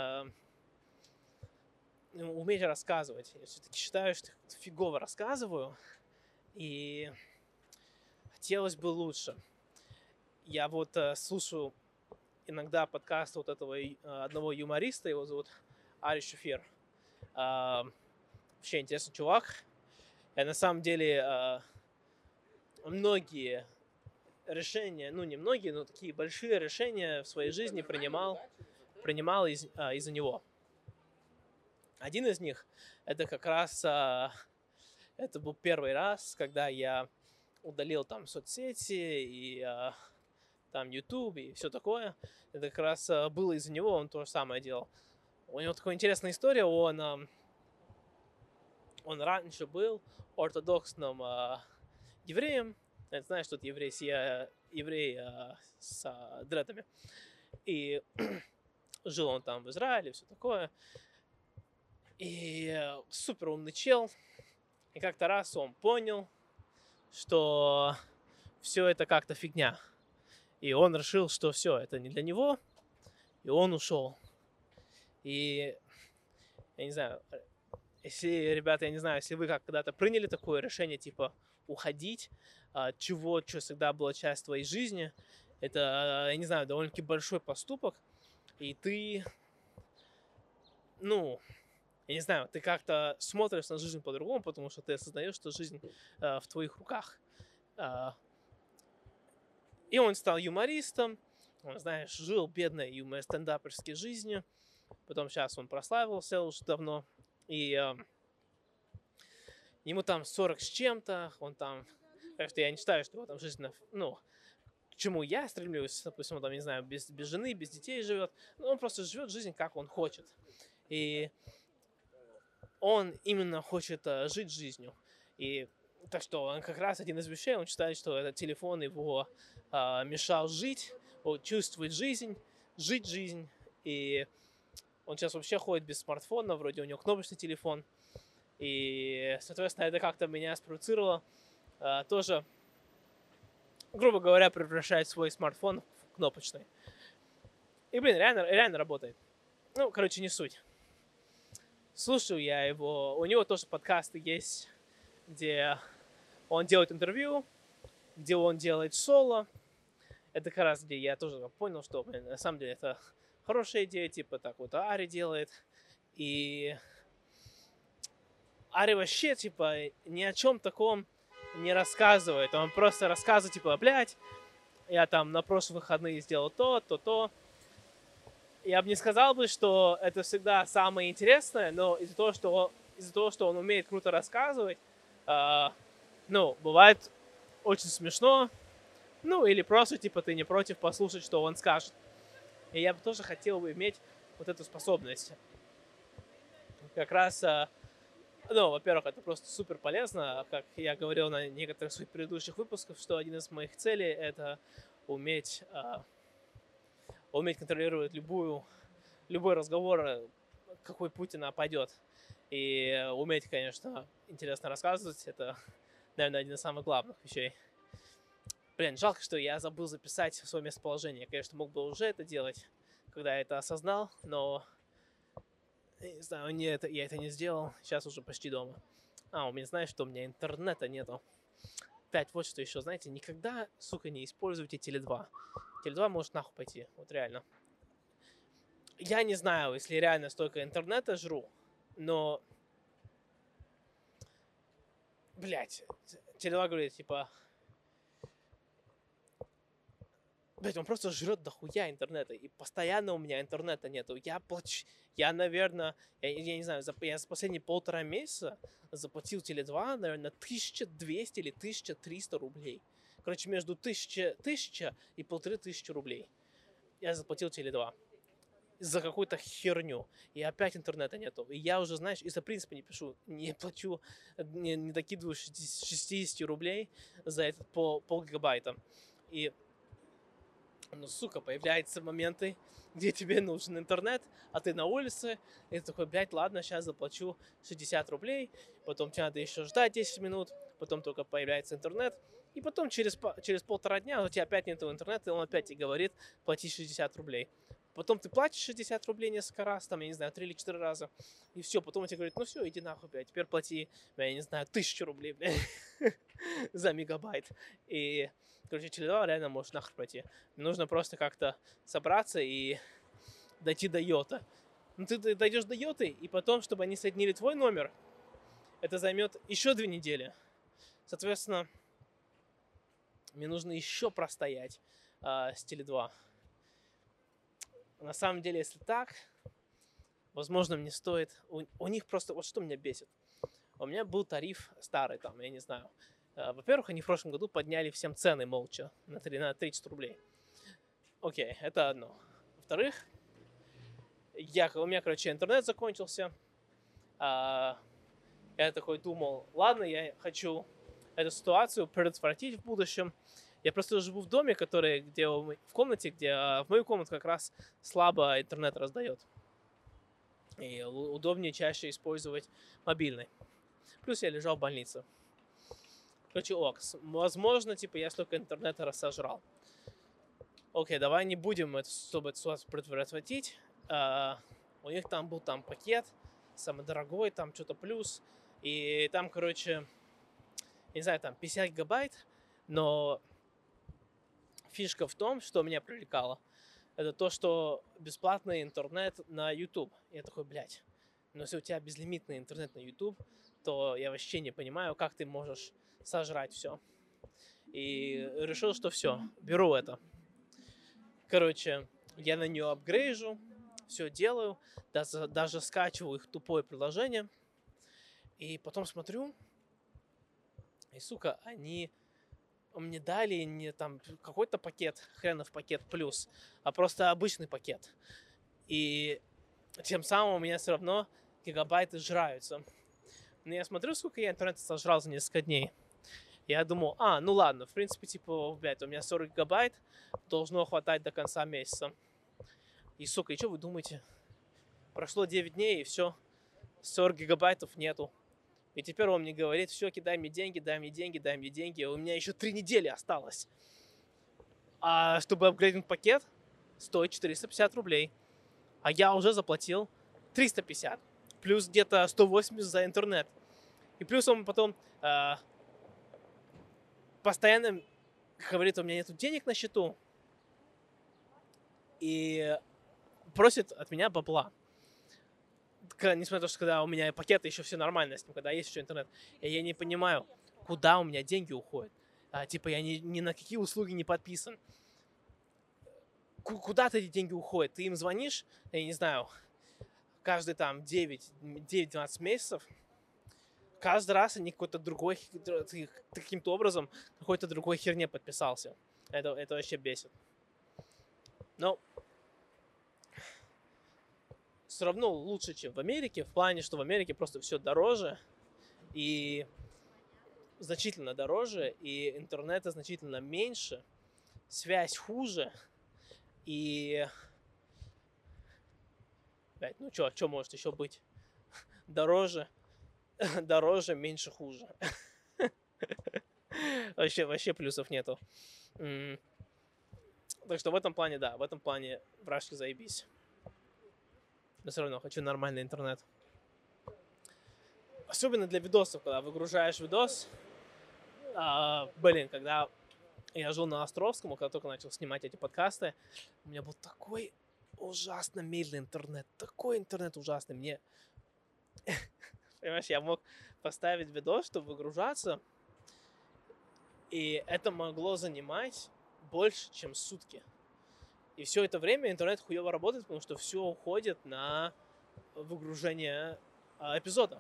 Уметь рассказывать. Я все-таки считаю, что фигово рассказываю, и хотелось бы лучше. Я вот слушаю иногда подкаст вот этого одного юмориста, его зовут Ари Шафир. Вообще интересный чувак. Я на самом деле многие решения, не многие, но такие большие решения в своей жизни принимал из-за него. Один из них, это как раз, это был первый раз, когда я удалил там соцсети и там YouTube и все такое. Это как раз было из-за него, он то же самое делал. У него такая интересная история, он он раньше был ортодоксным евреем. Знаешь, тут еврей с дредами. И жил он там в Израиле, все такое. И супер умный чел. И как-то раз он понял, что все это как-то фигня. И он решил, что все, это не для него. И он ушел. И я не знаю, если, ребята, я не знаю, если вы когда-то приняли такое решение, типа, уходить от чего всегда была часть твоей жизни, это, я не знаю, довольно-таки большой поступок, и ты, ну, я не знаю, ты как-то смотришь на жизнь по-другому, потому что ты осознаешь, что жизнь в твоих руках. И он стал юмористом, он, знаешь, жил бедной стендаперской жизнью, потом сейчас он прославился уже давно, и ему там 40 с чем-то, он там, так что я не считаю, что его там жизнь, к чему я стремлюсь, допустим, он там, не знаю, без жены, без детей живет, он просто живет жизнь, как он хочет. И он именно хочет жить жизнью. И так что он как раз один из вещей, он считает, что этот телефон его мешал жить, чувствовать жизнь, жить жизнь. И он сейчас вообще ходит без смартфона, вроде у него кнопочный телефон. И, соответственно, это как-то меня спровоцировало тоже, грубо говоря, превращать свой смартфон в кнопочный. И, блин, реально работает. Ну, короче, не суть. Слушаю я его. У него тоже подкасты есть, где он делает интервью, где он делает соло. Это как раз, где я тоже понял, что, блин, на самом деле это хорошая идея, типа так вот Ари делает. И Ари вообще, типа, ни о чем таком не рассказывает. Он просто рассказывает, типа, блядь, я там на прошлых выходные сделал то. Я бы не сказал бы, что это всегда самое интересное, но из-за того, что он умеет круто рассказывать, бывает очень смешно, или просто, типа, ты не против послушать, что он скажет. И я бы тоже хотел бы иметь вот эту способность. Как раз, во-первых, это просто супер полезно. Как я говорил на некоторых своих предыдущих выпусках, что один из моих целей — это уметь контролировать любой разговор, какой Путин пойдет. И уметь, конечно, интересно рассказывать, это, наверное, один из самых главных вещей. Блин, жалко, что я забыл записать свое местоположение. Я, конечно, мог бы уже это делать, когда я это осознал, но, я не знаю, я это не сделал. Сейчас уже почти дома. У меня, знаешь, что у меня интернета нету. Опять вот что еще, знаете, никогда, сука, не используйте Теле2. Теле2 может нахуй пойти, вот реально. Я не знаю, если реально столько интернета жру, но, блять, Теле2 говорит, типа, блять, он просто жрет дохуя интернета, и постоянно у меня интернета нету. Я, наверное, я не знаю, я за последние 1,5 месяца заплатил Теле2, наверное, 1200 или 1300 рублей. Короче, между 1000 и 1500 рублей я заплатил Теле2 за какую-то херню. И опять интернета нету. И я уже, знаешь, из-за принципа не плачу, не докидываю 60 рублей за этот полгигабайта. И, сука, появляются моменты, где тебе нужен интернет, а ты на улице, и ты такой, блядь, ладно, сейчас заплачу 60 рублей, потом тебе надо еще ждать 10 минут, потом только появляется интернет, и потом через 1,5 дня у тебя опять нет интернета, и он опять тебе говорит, плати 60 рублей. Потом ты платишь 60 рублей несколько раз, там, я не знаю, 3 или 4 раза, и все, потом он тебе говорит, ну все, иди нахуй, блядь, теперь плати, я не знаю, 1000 рублей, блядь, за мегабайт. И, короче, Теле2 реально может нахуй пойти. Нужно просто как-то собраться и дойти до Йота. Ты дойдешь до Йоты, и потом, чтобы они соединили твой номер, это займет еще 2 недели. Соответственно, мне нужно еще простоять с Теле2. На самом деле, если так, возможно, мне стоит... У них просто... Вот что меня бесит. У меня был тариф старый, там, я не знаю. Во-первых, они в прошлом году подняли всем цены молча на 30 рублей. Окей, это одно. Во-вторых, у меня, короче, интернет закончился. Я такой думал, ладно, я хочу эту ситуацию предотвратить в будущем. Я просто живу в доме, в комнате, где в мою комнату как раз слабо интернет раздает. И удобнее чаще использовать мобильный. Плюс я лежал в больнице. Короче, возможно, типа, я столько интернета рассожрал. Окей, давай не будем чтобы эту ситуацию предотвратить. У них там был пакет, самый дорогой, там что-то плюс. И там, короче, не знаю, там 50 гигабайт, но фишка в том, что меня привлекало, это то, что бесплатный интернет на YouTube. Я такой, блядь, но если у тебя безлимитный интернет на YouTube, то я вообще не понимаю, как ты можешь сожрать все. И решил, что все, беру это. Короче, я на нее апгрейжу, все делаю, даже скачиваю их тупое приложение. И потом смотрю, и, сука, они мне дали не там какой-то пакет, хренов пакет плюс, а просто обычный пакет. И тем самым у меня все равно гигабайты жраются. Но я смотрю, сколько я интернета сожрал за несколько дней. Я думал, ну ладно, в принципе, типа, блядь, у меня 40 гигабайт, должно хватать до конца месяца. И, сука, и что вы думаете? Прошло 9 дней, и все, 40 гигабайтов нету. И теперь он мне говорит, все, кидай мне деньги, дай мне деньги, дай мне деньги. У меня еще 3 недели осталось. А чтобы апгрейднуть пакет, стоит 450 рублей. А я уже заплатил 350. Плюс где-то 180 за интернет. И плюс он потом постоянно говорит, у меня нет денег на счету. И просит от меня бабла. Несмотря на то, что когда у меня пакеты еще все нормально с ним, когда есть еще интернет. И я не понимаю, куда у меня деньги уходят. Типа я ни на какие услуги не подписан. Куда-то эти деньги уходят. Ты им звонишь, я не знаю, каждый там 9-12 месяцев. Каждый раз они каким-то образом какой-то другой херне подписался. Это вообще бесит. Но все равно лучше, чем в Америке, в плане, что в Америке просто все дороже и значительно дороже, и интернета значительно меньше, связь хуже, и... Блять, ну что может еще быть? Дороже, меньше, хуже. Вообще плюсов нету. Так что в этом плане, да, в этом плане вражки заебись. Но все равно хочу нормальный интернет. Особенно для видосов, когда выгружаешь видос. Когда я жил на Островском, когда только начал снимать эти подкасты, у меня был такой ужасно медленный интернет. Такой интернет ужасный. Мне... Понимаешь, я мог поставить видос, чтобы выгружаться, и это могло занимать больше, чем сутки. И все это время интернет хуёво работает, потому что все уходит на выгружение эпизода.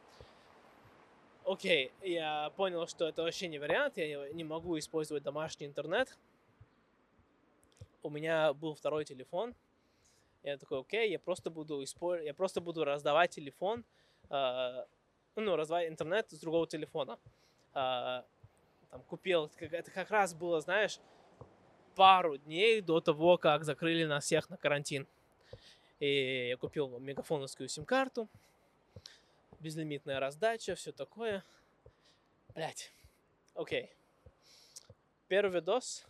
Окей, я понял, что это вообще не вариант, я не могу использовать домашний интернет. У меня был второй телефон. Я такой, окей, я просто буду раздавать телефон, раздавать интернет с другого телефона. Купил, это как раз было, знаешь, пару дней до того, как закрыли нас всех на карантин. И я купил мегафоновскую сим-карту, безлимитная раздача, все такое. Блять. Окей. Первый видос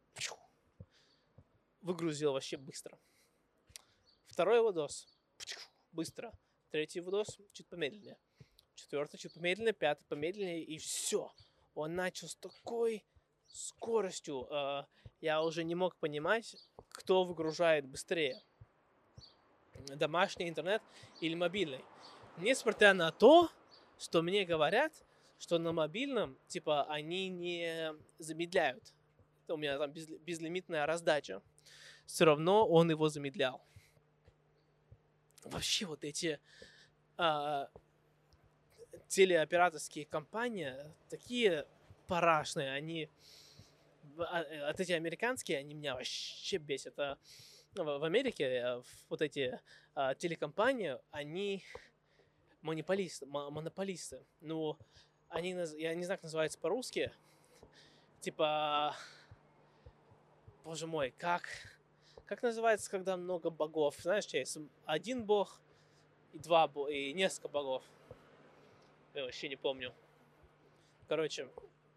выгрузил вообще быстро. Второй видос быстро. Третий видос чуть помедленнее. Четвертый чуть помедленнее, пятый помедленнее, и все. Он начал с такой скоростью. Я уже не мог понимать, кто выгружает быстрее. Домашний интернет или мобильный. Несмотря на то, что мне говорят, что на мобильном, типа, они не замедляют. У меня там безлимитная раздача. Все равно он его замедлял. Вообще вот эти телеоператорские компании такие парашные, они... Вот эти американские, они меня вообще бесят. В Америке вот эти телекомпании, они монополисты. Ну, я не знаю, как называется по-русски. Типа, боже мой, как называется, когда много богов? Знаешь, есть один бог и и несколько богов. Я вообще не помню. Короче,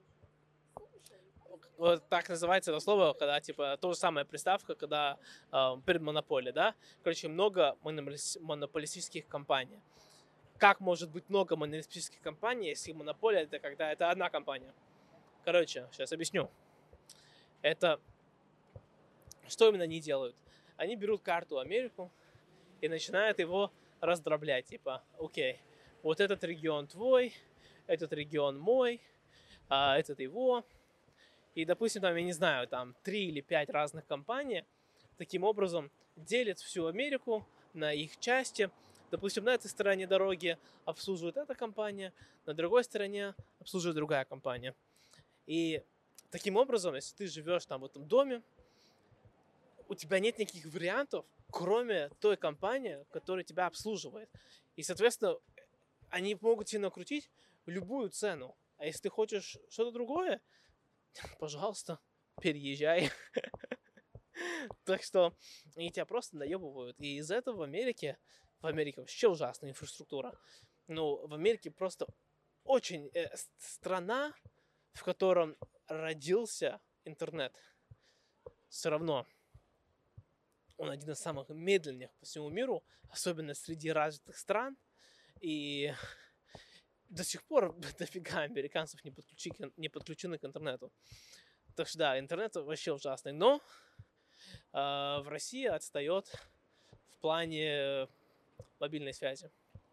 вот так называется это слово, когда, типа, то же самое приставка, когда перед монополией, да? Короче, много монополистических компаний. Как может быть много монополистических компаний, если монополия это когда это одна компания? Короче, сейчас объясню. Это что именно они делают? Они берут карту Америку и начинают его раздроблять. Типа, окей, вот этот регион твой, этот регион мой, этот его. И, допустим, там, я не знаю, там 3 или 5 разных компаний таким образом делят всю Америку на их части. Допустим, на этой стороне дороги обслуживает эта компания, на другой стороне обслуживает другая компания. И таким образом, если ты живешь там в этом доме, у тебя нет никаких вариантов, кроме той компании, которая тебя обслуживает. И, соответственно, они могут тебе накрутить любую цену. А если ты хочешь что-то другое, пожалуйста, переезжай. Так что они тебя просто наебывают. И из этого в Америке вообще ужасная инфраструктура. Ну, в Америке просто очень страна, в котором родился интернет. Все равно он один из самых медленных по всему миру, особенно среди развитых стран. И до сих пор дофига американцев не подключены к интернету. Так что да, интернет вообще ужасный. Но в России отстает в плане мобильной связи.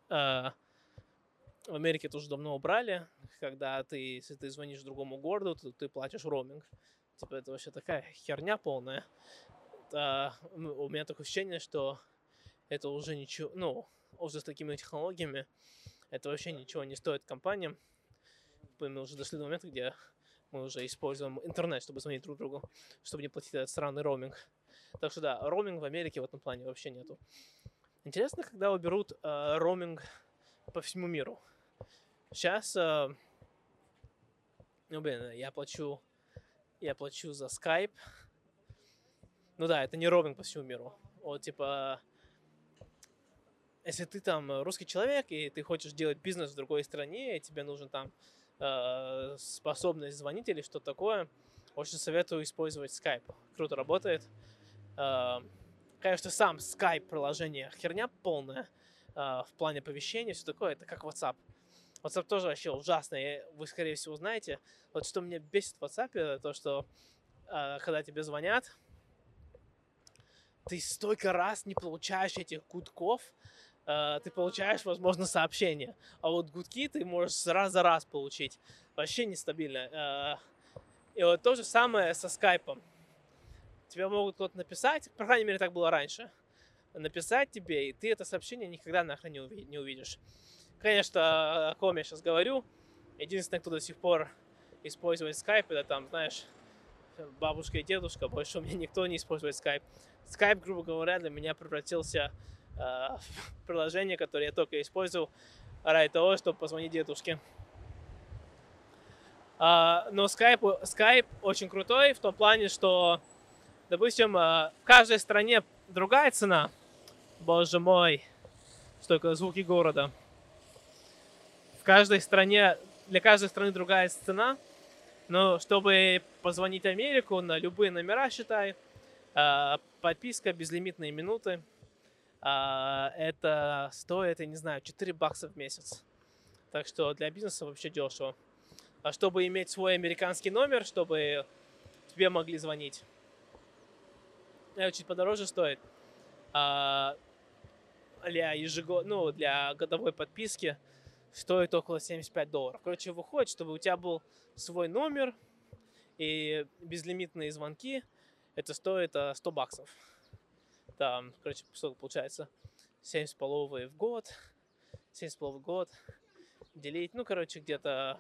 В Америке тоже давно убрали, когда если ты звонишь другому городу, то ты платишь роуминг. Типа это вообще такая херня полная. У меня такое ощущение, что это уже ничего, ну, уже с такими технологиями, это вообще ничего не стоит компаниям. Мы уже дошли до момента, где мы уже используем интернет, чтобы звонить друг другу, чтобы не платить этот странный роуминг. Так что да, роуминг в Америке в этом плане вообще нету. Интересно, когда уберут роуминг по всему миру. Сейчас, я плачу за Skype. Ну да, это не роуминг по всему миру. Вот типа, если ты там русский человек, и ты хочешь делать бизнес в другой стране, и тебе нужен там способность звонить или что-то такое, очень советую использовать Skype. Круто работает. Конечно, сам Skype приложение херня полная в плане оповещения, все такое. Это как WhatsApp. WhatsApp тоже вообще ужасный. Вы, скорее всего, знаете. Вот что меня бесит в WhatsApp, то, что когда тебе звонят, ты столько раз не получаешь этих гудков, ты получаешь, возможно, сообщение. А вот гудки ты можешь раз за раз получить. Вообще нестабильно. И вот то же самое со скайпом. Тебе могут кто-то написать, по крайней мере, так было раньше, написать тебе, и ты это сообщение никогда нахрен не увидишь. Конечно, о ком я сейчас говорю. Единственное, кто до сих пор использует скайп, это там, знаешь, бабушка и дедушка. Больше у меня никто не использует скайп. Скайп, грубо говоря, для меня превратился в приложение, которое я только использую ради того, чтобы позвонить дедушке. Но скайп очень крутой в том плане, что, допустим, в каждой стране другая цена. Боже мой, столько звуки города. Для каждой страны другая цена. Но чтобы позвонить Америку на любые номера, считай, подписка безлимитные минуты, это стоит, я не знаю, $4 в месяц. Так что для бизнеса вообще дешево. А чтобы иметь свой американский номер, чтобы тебе могли звонить, это чуть подороже стоит. Для годовой подписки стоит около $75. Короче, выходит, чтобы у тебя был свой номер и безлимитные звонки, это стоит $100. Там, короче, сколько получается? 7,5 в год. 7,5 в год. Делить, где-то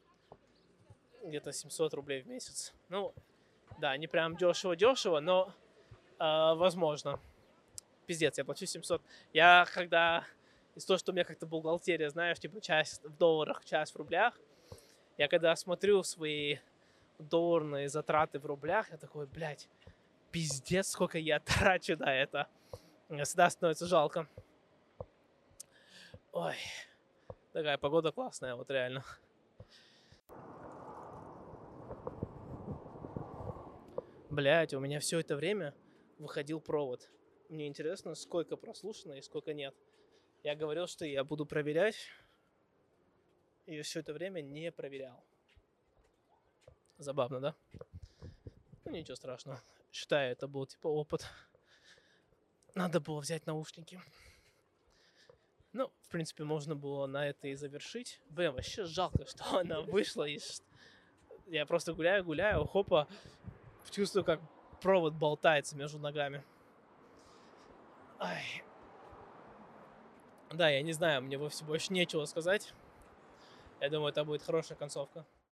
700 рублей в месяц. Ну, да, не прям дешево, но возможно. Пиздец, я плачу 700. Я когда из-за того, что у меня как-то бухгалтерия, знаешь, типа часть в долларах, часть в рублях. Я когда смотрю свои долларные затраты в рублях, я такой, блядь, пиздец, сколько я трачу на это. Мне всегда становится жалко. Ой, такая погода классная, вот реально. Блядь, у меня все это время выходил провод. Мне интересно, сколько прослушано и сколько нет. Я говорил, что я буду проверять, и все это время не проверял. Забавно, да? Ну, ничего страшного. Считаю, это был типа опыт. Надо было взять наушники. Ну, в принципе, можно было на это и завершить. Блин, вообще жалко, что она вышла. Я просто гуляю, хопа, чувствую, как провод болтается между ногами. Ай. Да, я не знаю, мне вовсе больше нечего сказать. Я думаю, это будет хорошая концовка.